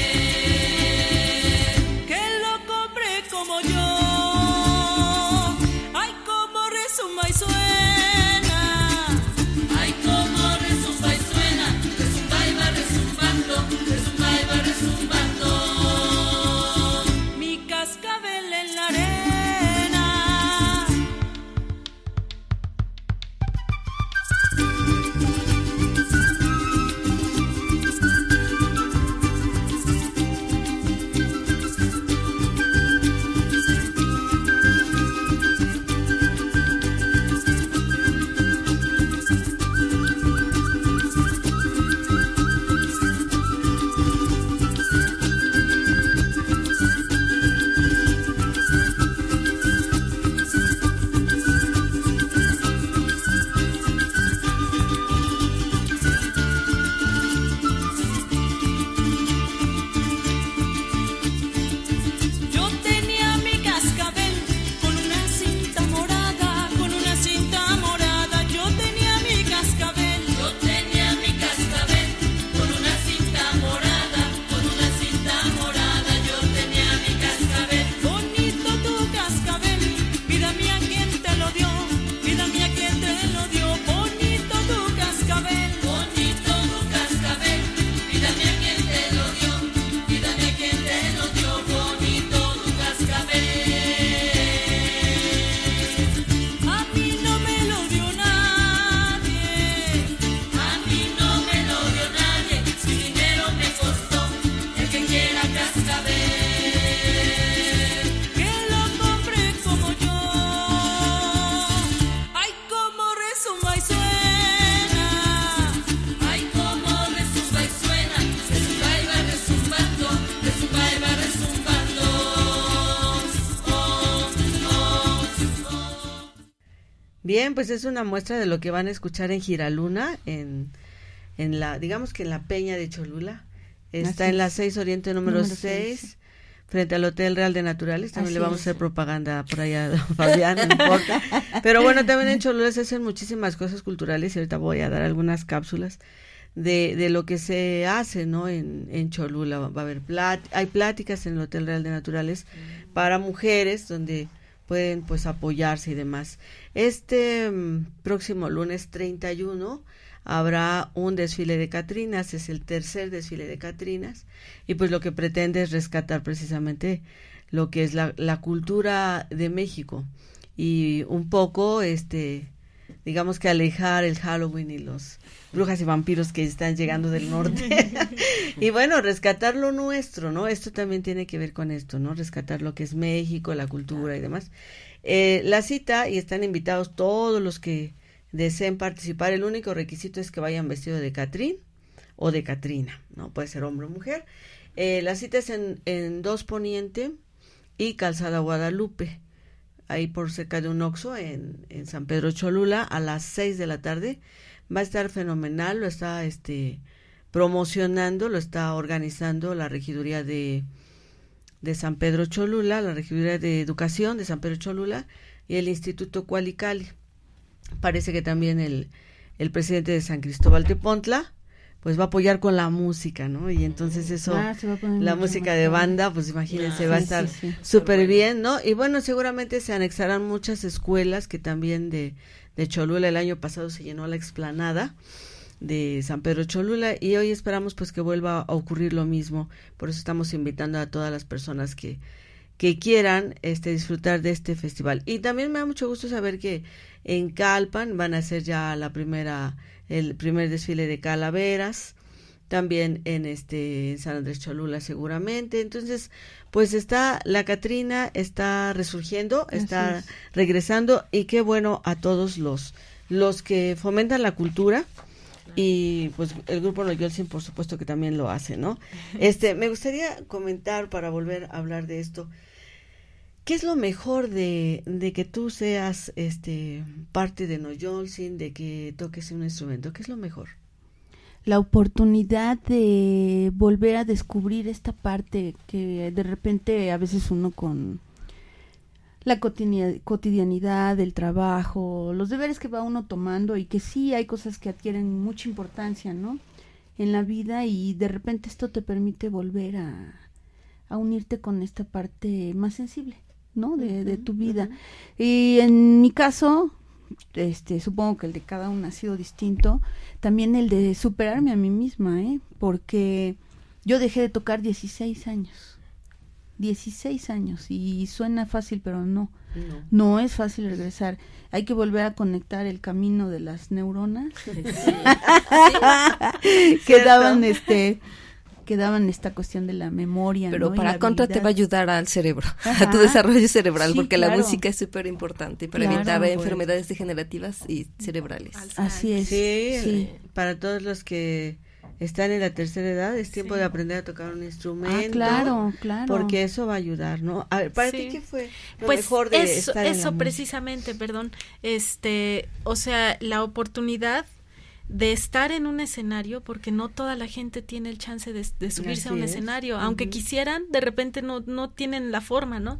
que lo compre como yo. Ay, como resuma y suena. Ay, como resumba y suena. Resumba y va resumbando. Resumba y va resumbando. Mi cascabel en la arena. Yo tenía mi cascabel con una cinta morada, con una cinta morada. Yo tenía mi cascabel. Yo tenía mi cascabel con una cinta morada, con una cinta morada. Yo tenía mi cascabel. Bonito tu cascabel, vida mía, ¿quién te lo dio? Vida mía, ¿quién te lo dio? Bonito tu cascabel. Bonito tu cascabel, vida mía, ¿quién te lo dio? Vida mía, ¿quién te lo dio? Bonito tu cascabel. A mí no me lo dio nadie. A mí no me lo dio nadie. Mi dinero me costó. El que quiera cascabel, que lo compre como yo. Ay, como resuma y suena. Ay, como resumba y suena. Resumba y va resumbando. Resumba y va resumbando. Oh, oh, oh. Bien, pues es una muestra de lo que van a escuchar en Giraluna, en, en la, digamos que en la Peña de Cholula. Está Así en la es. seis Oriente número Número seis, seis. frente al Hotel Real de Naturales. También Así le vamos es. a hacer propaganda por allá a don Fabián, no importa. Pero bueno, también en Cholula se hacen muchísimas cosas culturales y ahorita voy a dar algunas cápsulas de, de lo que se hace, ¿no? En, en Cholula va a haber plat hay pláticas en el Hotel Real de Naturales para mujeres donde pueden pues apoyarse y demás. Este mm, próximo lunes treinta y uno habrá un desfile de Catrinas, es el tercer desfile de Catrinas y pues lo que pretende es rescatar precisamente lo que es la, la cultura de México y un poco este digamos que alejar el Halloween y los brujas y vampiros que están llegando del norte. Y bueno, rescatar lo nuestro, ¿no? Esto también tiene que ver con esto, ¿no? Rescatar lo que es México, la cultura y demás. Eh, la cita, y están invitados todos los que deseen participar, el único requisito es que vayan vestidos de Catrín o de Catrina, ¿no? Puede ser hombre o mujer. Eh, la cita es en, en Dos Poniente y Calzada Guadalupe, ahí por cerca de un Oxxo en, en San Pedro Cholula, a las seis de la tarde. Va a estar fenomenal, lo está este promocionando, lo está organizando la regiduría de, de San Pedro Cholula, la regiduría de Educación de San Pedro Cholula y el Instituto Cualicali. Parece que también el, el presidente de San Cristóbal Tepontla pues va a apoyar con la música, ¿no? Y entonces eso, ah, la música de banda, pues imagínense, ah, va a estar súper sí, sí, bien, ¿no? Y bueno, seguramente se anexarán muchas escuelas que también de, de Cholula, el año pasado se llenó la explanada de San Pedro Cholula y hoy esperamos pues que vuelva a ocurrir lo mismo. Por eso estamos invitando a todas las personas que, que quieran este disfrutar de este festival. Y también me da mucho gusto saber que en Calpan van a hacer ya la primera el primer desfile de calaveras, también en este en San Andrés Cholula seguramente. Entonces, pues está la Catrina, está resurgiendo, está es. regresando, y qué bueno a todos los los que fomentan la cultura, y pues el grupo Noyolsin por supuesto que también lo hace, ¿no? Este, me gustaría comentar, para volver a hablar de esto, ¿qué es lo mejor de, de que tú seas este parte de Noyolsin, de que toques un instrumento? ¿Qué es lo mejor? La oportunidad de volver a descubrir esta parte que de repente a veces uno con la cotidianidad, el trabajo, los deberes que va uno tomando, y que sí hay cosas que adquieren mucha importancia, ¿no? En la vida, y de repente esto te permite volver a, a unirte con esta parte más sensible, ¿no? De, de tu vida. Uh-huh. Y en mi caso, este, supongo que el de cada uno ha sido distinto, también el de superarme a mí misma, ¿eh? Porque yo dejé de tocar dieciséis años. dieciséis años, y suena fácil, pero no. No, no es fácil regresar. Hay que volver a conectar el camino de las neuronas. Sí. que daban este que daban esta cuestión de la memoria, pero ¿no? para contra te va a ayudar al cerebro, ajá, a tu desarrollo cerebral, sí, porque claro, la música es súper importante para claro, evitar pues. enfermedades degenerativas y cerebrales. Así es. Sí, sí, para todos los que están en la tercera edad, es tiempo sí. de aprender a tocar un instrumento. Ah, claro, claro. Porque eso va a ayudar, ¿no? A ver, ¿para sí. ti qué fue lo pues mejor de eso, estar en eso la precisamente, perdón, este, o sea, la oportunidad de estar en un escenario, porque no toda la gente tiene el chance de, de subirse Así a un es. escenario, uh-huh. aunque quisieran, de repente no, no tienen la forma, ¿no?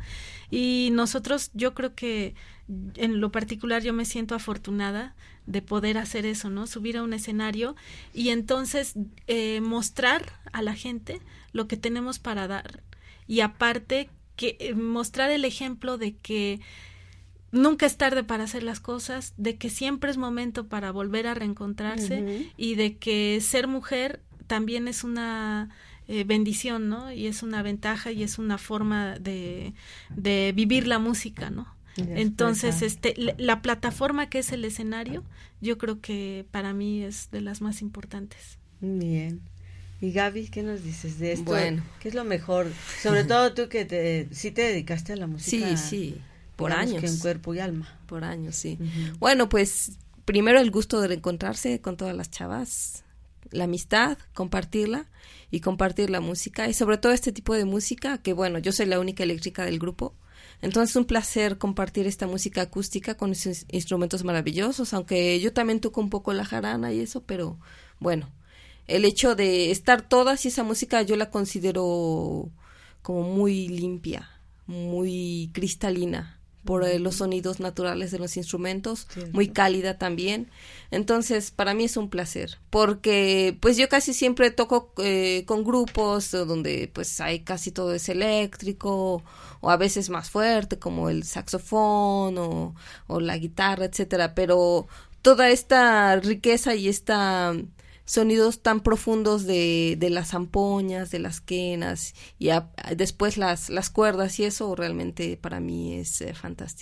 Y nosotros, yo creo que en lo particular yo me siento afortunada de poder hacer eso, ¿no? Subir a un escenario y entonces eh, mostrar a la gente lo que tenemos para dar, y aparte que eh, mostrar el ejemplo de que nunca es tarde para hacer las cosas, de que siempre es momento para volver a reencontrarse, uh-huh. y de que ser mujer también es una eh, bendición, ¿no? Y es una ventaja y es una forma de, de vivir la música, ¿no? Entonces, este, la, la plataforma que es el escenario, yo creo que para mí es de las más importantes. Bien. Y Gaby, ¿qué nos dices de esto? Bueno. ¿Qué es lo mejor? Sobre todo tú que te, sí te dedicaste a la música. Sí, sí. Por años. Que en cuerpo y alma. Por años, sí. Uh-huh. Bueno, pues primero el gusto de reencontrarse con todas las chavas, la amistad, compartirla y compartir la música, y sobre todo este tipo de música, que bueno, yo soy la única eléctrica del grupo, entonces es un placer compartir esta música acústica con esos instrumentos maravillosos, aunque yo también toco un poco la jarana y eso, pero bueno, el hecho de estar todas, y esa música yo la considero como muy limpia, muy cristalina, por eh, los sonidos naturales de los instrumentos, sí, muy cálida también. Entonces, para mí es un placer, porque pues yo casi siempre toco eh, con grupos donde pues hay casi todo es eléctrico, o a veces más fuerte, como el saxofón o, o la guitarra, etcétera, pero toda esta riqueza y esta sonidos tan profundos de, de las zampoñas, de las quenas, y a, después las, las cuerdas, y eso realmente para mí es eh, fantástico.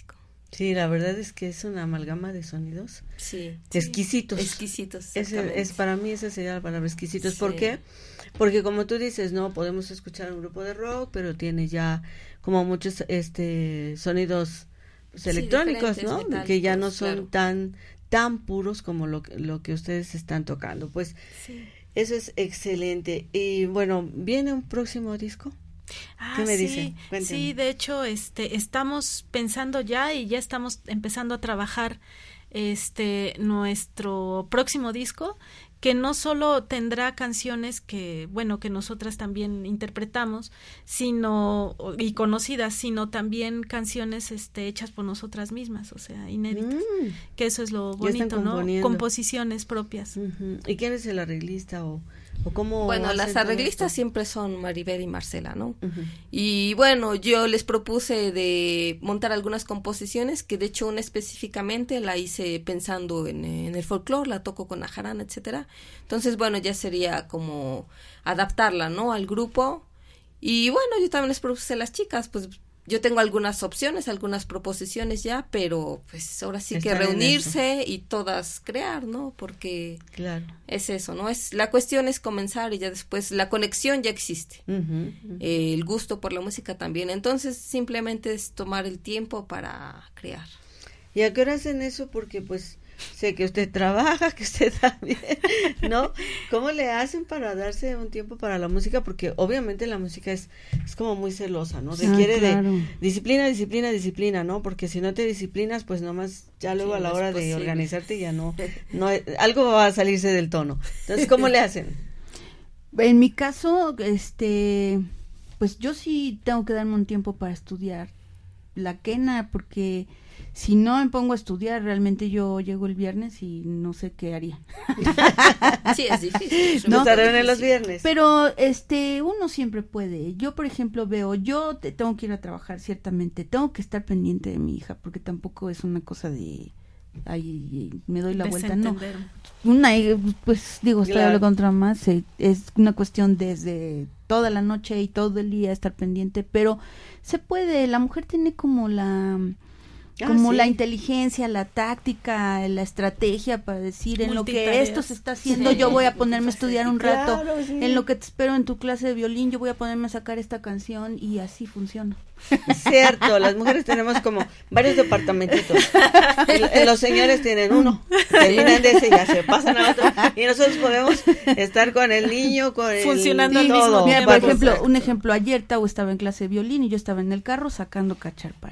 Sí, la verdad es que es una amalgama de sonidos. Sí. Exquisitos. Exquisitos. Ese, es para mí esa sería la palabra, exquisitos. Sí. ¿Por qué? Porque como tú dices, no podemos escuchar un grupo de rock, pero tiene ya como muchos este sonidos pues, sí, electrónicos, ¿no? Que ya no son claro. tan tan puros como lo lo que ustedes están tocando. Pues sí. Eso es excelente. Y bueno, ¿viene un próximo disco? Ah, ¿Qué me sí, dicen? Cuéntame. Sí, de hecho, este, estamos pensando ya y ya estamos empezando a trabajar este nuestro próximo disco, que no solo tendrá canciones que, bueno, que nosotras también interpretamos, sino, y conocidas, sino también canciones este hechas por nosotras mismas, o sea, inéditas, mm. que eso es lo bonito, ¿no? Composiciones propias. Uh-huh. ¿Y quién es el arreglista o, o cómo? Bueno, las arreglistas siempre son Maribel y Marcela, ¿no? Uh-huh. Y bueno, yo les propuse de montar algunas composiciones, que de hecho una específicamente la hice pensando en, en el folclore, la toco con la jarana, etcétera. Entonces, bueno, ya sería como adaptarla, ¿no? Al grupo. Y bueno, yo también les propuse a las chicas, pues yo tengo algunas opciones, algunas proposiciones ya, pero pues ahora sí Están que reunirse y todas crear, ¿no? Porque claro. es eso, ¿no? Es la cuestión es comenzar y ya después la conexión ya existe. Uh-huh, uh-huh. Eh, el gusto por la música también. Entonces, simplemente es tomar el tiempo para crear. ¿Y a qué hora hacen eso? Porque pues sé que usted trabaja, que usted también, ¿no? ¿Cómo le hacen para darse un tiempo para la música? Porque obviamente la música es, es como muy celosa, ¿no? Requiere ah, claro. de disciplina, disciplina, disciplina, ¿no? Porque si no te disciplinas, pues nomás ya luego sí, a la hora de organizarte ya no, no, algo va a salirse del tono. Entonces, ¿cómo le hacen? En mi caso, este, pues yo sí tengo que darme un tiempo para estudiar la quena, porque si no me pongo a estudiar, realmente yo llego el viernes y no sé qué haría. Sí, es difícil. ¿No? Se reúnen los viernes. Pero este, uno siempre puede. Yo, por ejemplo, veo, yo te, tengo que ir a trabajar, ciertamente. Tengo que estar pendiente de mi hija, porque tampoco es una cosa de, ay, me doy la vuelta. No. Una, pues digo, estoy claro. hablando contra más. Es una cuestión desde toda la noche y todo el día estar pendiente, pero se puede. La mujer tiene como la... como ah, sí. la inteligencia, la táctica, la estrategia para decir en lo que esto se está haciendo, sí. yo voy a ponerme a estudiar un rato, claro, sí. en lo que te espero en tu clase de violín, yo voy a ponerme a sacar esta canción y así funciona. Cierto, las mujeres tenemos como varios departamentitos. Los señores tienen uno, terminan de ese y ya se pasan a otro, y nosotros podemos estar con el niño, con funcionando el sí, todo. Mira, por ejemplo, un ejemplo, ayer Tau estaba en clase de violín y yo estaba en el carro sacando cacharpari.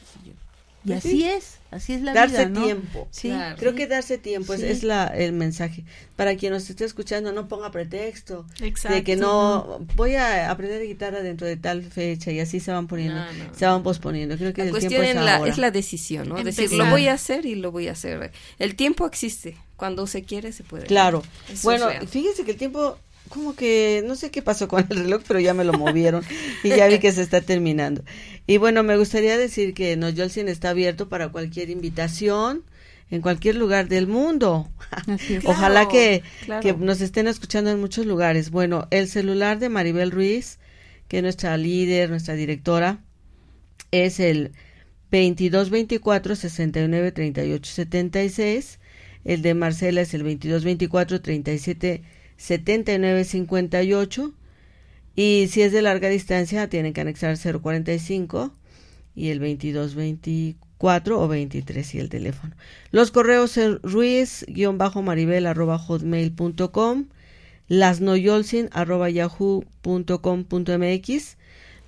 Y así sí. es, así es la darse vida, ¿no? tiempo. Sí, claro. Creo que darse tiempo es, sí. es la el mensaje. Para quien nos esté escuchando, no ponga pretexto. Exacto. De que no, no voy a aprender guitarra dentro de tal fecha y así se van poniendo, no, no, se van posponiendo. Creo que la el cuestión tiempo es la, ahora. es la decisión, ¿no? Empezar. Decir, lo voy a hacer y lo voy a hacer. El tiempo existe. Cuando se quiere, se puede. Claro. Eso bueno, fíjese que el tiempo... como que no sé qué pasó con el reloj, pero ya me lo movieron y ya vi que se está terminando. Y bueno, me gustaría decir que Noyolcin está abierto para cualquier invitación en cualquier lugar del mundo. Así es. Ojalá claro, que, claro. que nos estén escuchando en muchos lugares. Bueno, el celular de Maribel Ruiz, que es nuestra líder, nuestra directora, es el veintidós veinticuatro sesenta y nueve treinta y ocho setenta y seis. El de Marcela es el veintidós veinticuatro treinta y siete setenta y nueve cincuenta y ocho, y si es de larga distancia tienen que anexar cero cuarenta y cinco y el veintidós veinticuatro o veintitrés y el teléfono. Los correos en ruiz-maribel arroba hotmail punto com, lasnoyolcin arroba yahoo punto com punto mx,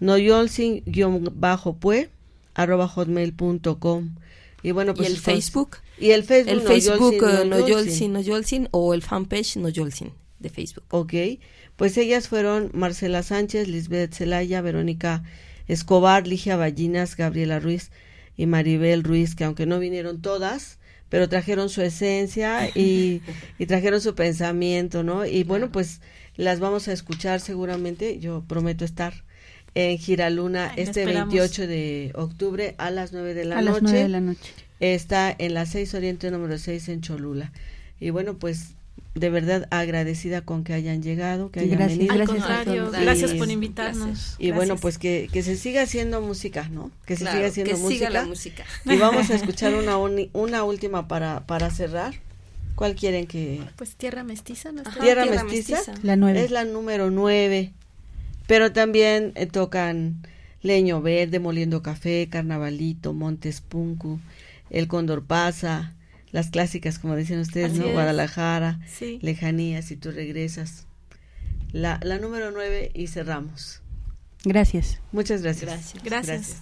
noyolcin-pue arroba hotmail punto com. Y bueno, pues ¿Y el Facebook? Y el Facebook, el Facebook Noyolcin, Noyolcin, Noyolcin, o el fanpage Noyolcin de Facebook. Ok, pues ellas fueron Marcela Sánchez, Lisbeth Zelaya, Verónica Escobar, Ligia Ballinas, Gabriela Ruiz y Maribel Ruiz, que aunque no vinieron todas, pero trajeron su esencia y, y trajeron su pensamiento, ¿no? Y bueno, pues las vamos a escuchar seguramente, yo prometo estar en Giraluna Ay, este veintiocho de octubre a las nueve de la a noche. A las nueve de la noche. Está en la seis Oriente número seis en Cholula. Y bueno, pues de verdad agradecida con que hayan llegado, que hayan gracias, venido. Al gracias contrario, a gracias Y- por invitarnos. Gracias. Y bueno, Gracias. pues que, que se siga haciendo música, ¿no? Que se Claro, siga haciendo que música. siga la música. Y vamos a escuchar una uni- una última para para cerrar. ¿Cuál quieren que? Pues Tierra Mestiza, ¿no? Ajá, Tierra Mestiza. La nueve. Es la número nueve. Pero también eh, tocan Leño Verde, Moliendo Café, Carnavalito, Montes Punku, El Cóndor Pasa, las clásicas, como dicen ustedes, Así ¿no? es. Guadalajara, Sí. Lejanías, y tú regresas. La, la número nueve y cerramos. Gracias. Muchas gracias. Gracias. Gracias.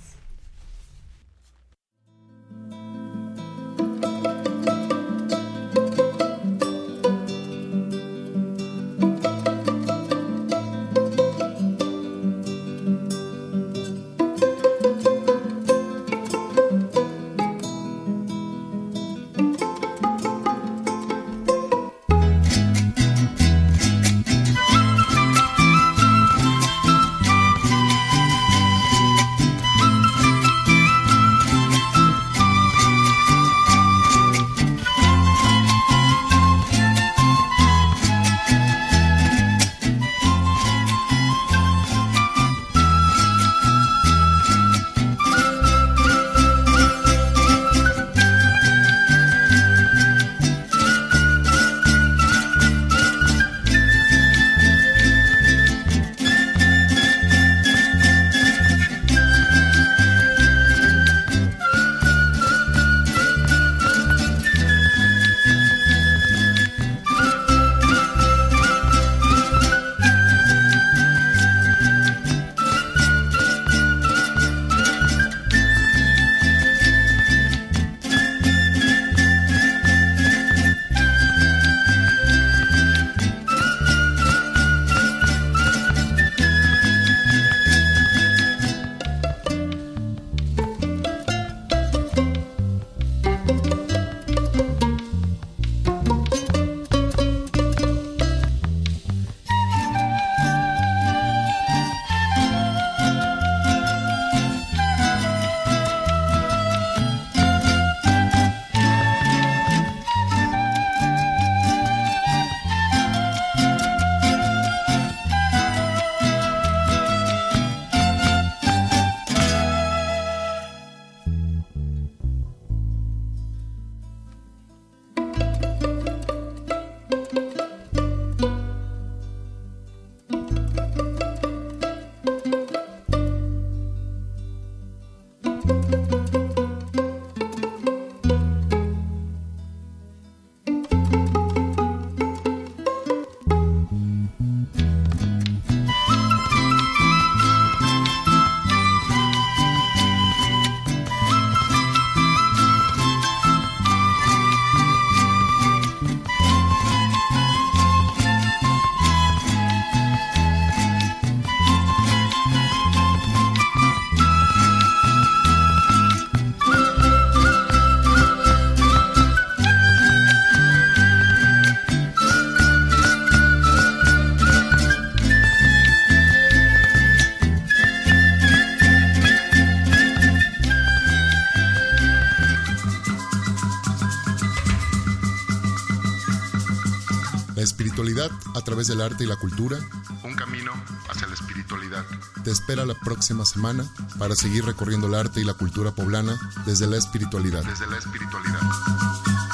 Espiritualidad a través del arte y la cultura. Un camino hacia la espiritualidad. Te espera la próxima semana para seguir recorriendo el arte y la cultura poblana desde la espiritualidad. Desde la espiritualidad.